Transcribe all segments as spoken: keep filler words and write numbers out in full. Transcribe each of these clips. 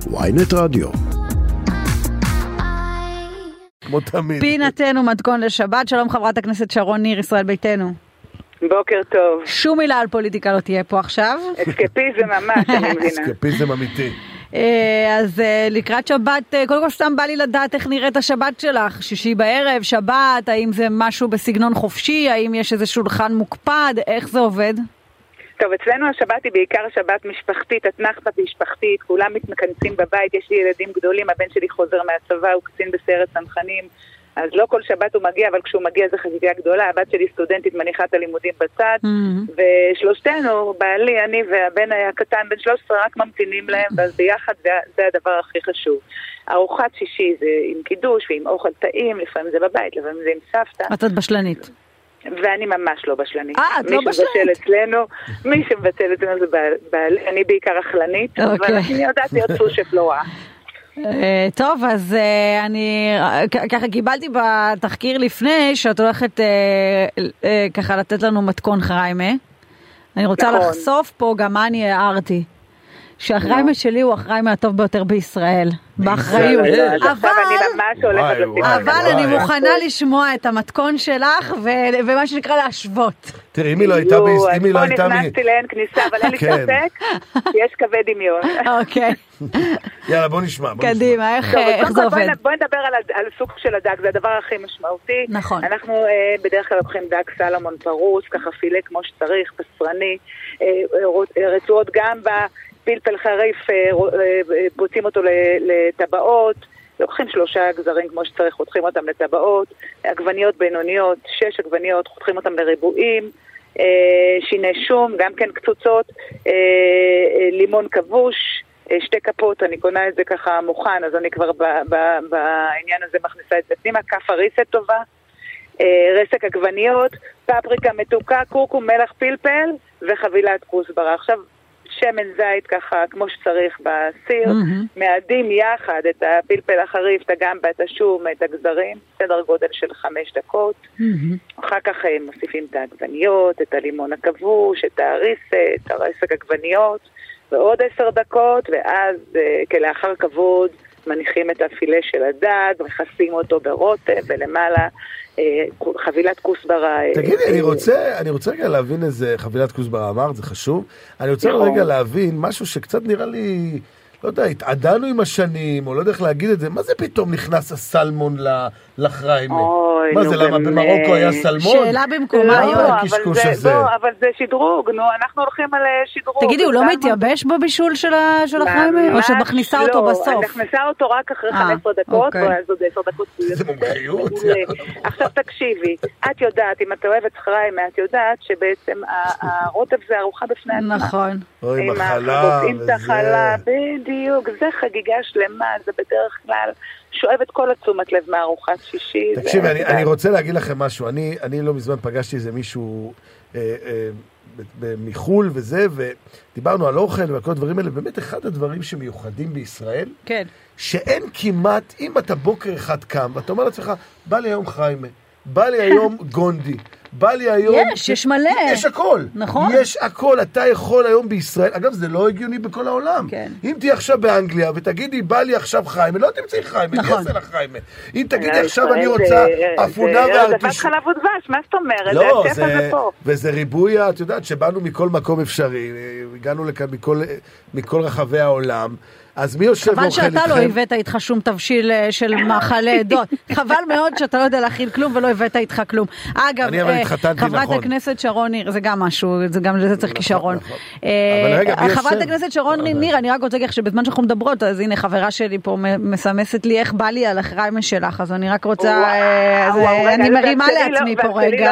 וויינט רדיו. כמו תמיד. פינתנו מתכון לשבת. שלום חברת הכנסת שרון ניר, ישראל ביתנו. בוקר טוב. שום מילה על פוליטיקה לא תהיה פה עכשיו. אסקפיזם ממש, אני מבינה. אסקפיזם אמיתי. אז לקראת שבת, קודם כל סתם בא לי לדעת איך נראית השבת שלך. שישי בערב, שבת, האם זה משהו בסגנון חופשי, האם יש איזה שולחן מוקפד, איך זה עובד? טוב, אצלנו השבת היא בעיקר שבת משפחתית, אתנחתא משפחתית, כולם מתכנסים בבית, יש לי ילדים גדולים, הבן שלי חוזר מהצבא, הוא קצין בסיירת צנחנים, אז לא כל שבת הוא מגיע, אבל כשהוא מגיע זה חגיגה גדולה. הבת שלי סטודנטית, מניחה את הלימודים בצד, mm-hmm. ושלושתנו, בעלי, אני והבן הקטן, בן שלוש עשרה, רק ממתינים להם, ואז ביחד זה, זה הדבר הכי חשוב. ארוחת שישי זה עם קידוש ועם אוכל טעים, לפעמים זה בבית, לפעמים זה עם סבתא. את בשלנית. ואני ממש לא בשלנית. אה, את לא בשלנית? מי שבצל אצלנו, מי שבצל אצלנו זה בעלי, אני בעיקר אכלנית, אבל אני יודעת להיות סושף לא רע. טוב, אז אני ככה קיבלתי בתחקיר לפני שאת הולכת ככה לתת לנו מתכון חריימה. אני רוצה לחשוף פה גם מה אני הערתי. שהחריימה שלי הוא החריימה הטוב ביותר בישראל. באחריות. אבל אני מוכנה לשמוע את המתכון שלך ומה שנקרא להשוות. תראי, אם היא לא הייתה... פה נכנסתי לאין כניסה, אבל אין לי ספק, יש כבד דמיון. אוקיי. יאללה, בוא נשמע. קדימה, איך זה עובד? בואי נדבר על סוג של הדג, זה הדבר הכי משמעותי. נכון. אנחנו בדרך כלל לוקחים דג סלמון פרוס, ככה פילה כמו שצריך, פסרני, רצועות גם בה, פלפל חריף, פוצים אותו לטבעות, לוקחים שלושה גזרים כמו שצריך, חותכים אותם לטבעות, עגבניות בינוניות, שש עגבניות, חותכים אותם לריבועים, שיני שום, גם כן קצוצות, לימון כבוש, שתי כפות, אני קונה את זה ככה מוכן, אז אני כבר בעניין הזה מכניסה את זה פנימה, כף הריסת טובה, רסק עגבניות, פפריקה מתוקה, קורקום, מלח, פלפל וחבילת כוסברה. עכשיו, שמן זית ככה כמו שצריך בסיר, mm-hmm. מעדים יחד את הפלפל החריף, את הגמבה, את השום, את הגזרים, סדר גודל של חמש דקות. Mm-hmm. אחר כך מוסיפים את העגבניות, את הלימון הכבוש, את הריסת, את הרסק עגבניות, ועוד עשר דקות, ואז כלאחר כבוד מניחים את הפילה של הדג, מכסים אותו ברוטב, ולמעלה חבילת כוסברה. תגידי, אני רוצה, אני רוצה רגע להבין איזה חבילת כוסברה אמרת, זה חשוב. אני רוצה רגע להבין משהו שקצת נראה לי, לא יודע, התעדנו עם השנים, או לא יודע איך להגיד את זה, מה זה פתאום נכנס הסלמון לחריימה? מה זה, למה במרוקו היה סלמון? שאלה במקומה. לא, אבל זה שדרוג, נו, אנחנו הולכים על שדרוג. תגידי, הוא לא מתייבש בבישול של החריימה? או שאת מכניסה אותו בסוף? לא, אני מכניסה אותו רק אחרי חמש עשרה דקות, ואז עוד עשר דקות. זה מומחיות. עכשיו תקשיבי, את יודעת, אם את אוהבת חריימה, את יודעת שבעצם הרוטב זה ארוחה בפני עצמה. נכון. עם החלב וזה. בדיוק, זה חגיגה שלמה, זה בדרך כלל שואב את כל התשומת לב מארוחת שישי. תקשיב, אני, אני רוצה להגיד לכם משהו, אני, אני לא מזמן פגשתי איזה מישהו אה, אה, מחול וזה, ודיברנו על אוכל וכל הדברים האלה, באמת אחד הדברים שמיוחדים בישראל, כן. שאין כמעט, אם אתה בוקר אחד קם, ואתה אומר לעצמך, בא לי היום חיימה, בא לי היום גונדי, בא לי היום... יש, יש מלא. יש הכל. נכון. יש הכל. אתה יכול היום בישראל, אגב, זה לא הגיוני בכל העולם. כן. אם תהיה עכשיו באנגליה ותגידי, בא לי עכשיו חיימה, לא תמצאי חיימה, נכון. אני אעשה לך חיימה. אם תגידי עכשיו אני רוצה אפונה וארטיש... זה חלב ודבש, מה זאת אומרת? לא, זה, זה וזה ריבוי, את יודעת, שבאנו מכל מקום אפשרי, הגענו לכאן מכל, מכל רחבי העולם, אז מי יושב ואוכל איתכם? חבל שאתה לא הבאת איתך שום תבשיל של מאכלי עדות. חבל מאוד שאתה לא יודע להכיל כלום ולא הבאת איתך כלום. אגב, חברת הכנסת שרון ניר, זה גם משהו, זה גם לזה צריך כישרון. חברת הכנסת שרון ניר, אני רק רוצה להגיד שבזמן שאנחנו מדברות, אז הנה חברה שלי פה מסמסת לי איך בא לי על החריימה שלך, אז אני רק רוצה, אני מרימה לעצמי פה רגע.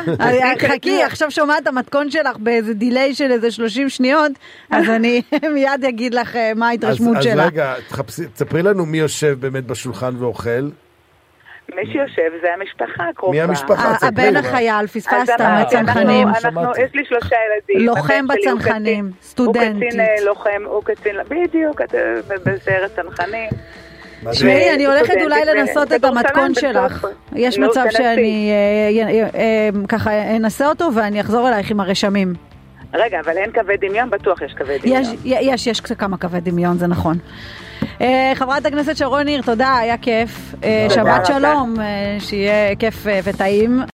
חכי, עכשיו שומעת המתכון שלך באיזה דיליי של איזה שלושים שניות, אז אני מיד אגיד לך מה ההתרשמות. אז רגע, תספרי לנו מי יושב באמת בשולחן ואוכל. מי שיושב זה המשפחה הקרובה. מי המשפחה? הבן החייל, פספסת מהצנחנים. יש לי שלושה ילדים. לוחם בצנחנים, סטודנטית. הוא קצין לוחם, הוא קצין, בדיוק, בסיירת צנחנים. שמעי, אני הולכת אולי לנסות את המתכון שלך. יש מצב שאני ככה אנסה אותו ואני אחזור אלייך עם הרשמים. רגע, אבל אין קווי דמיון, בטוח יש קווי דמיון. יש, יש, יש כמה קווי דמיון, זה נכון. חברת הכנסת שרון ניר, תודה, היה כיף. שבת שלום, שיהיה כיף וטעים.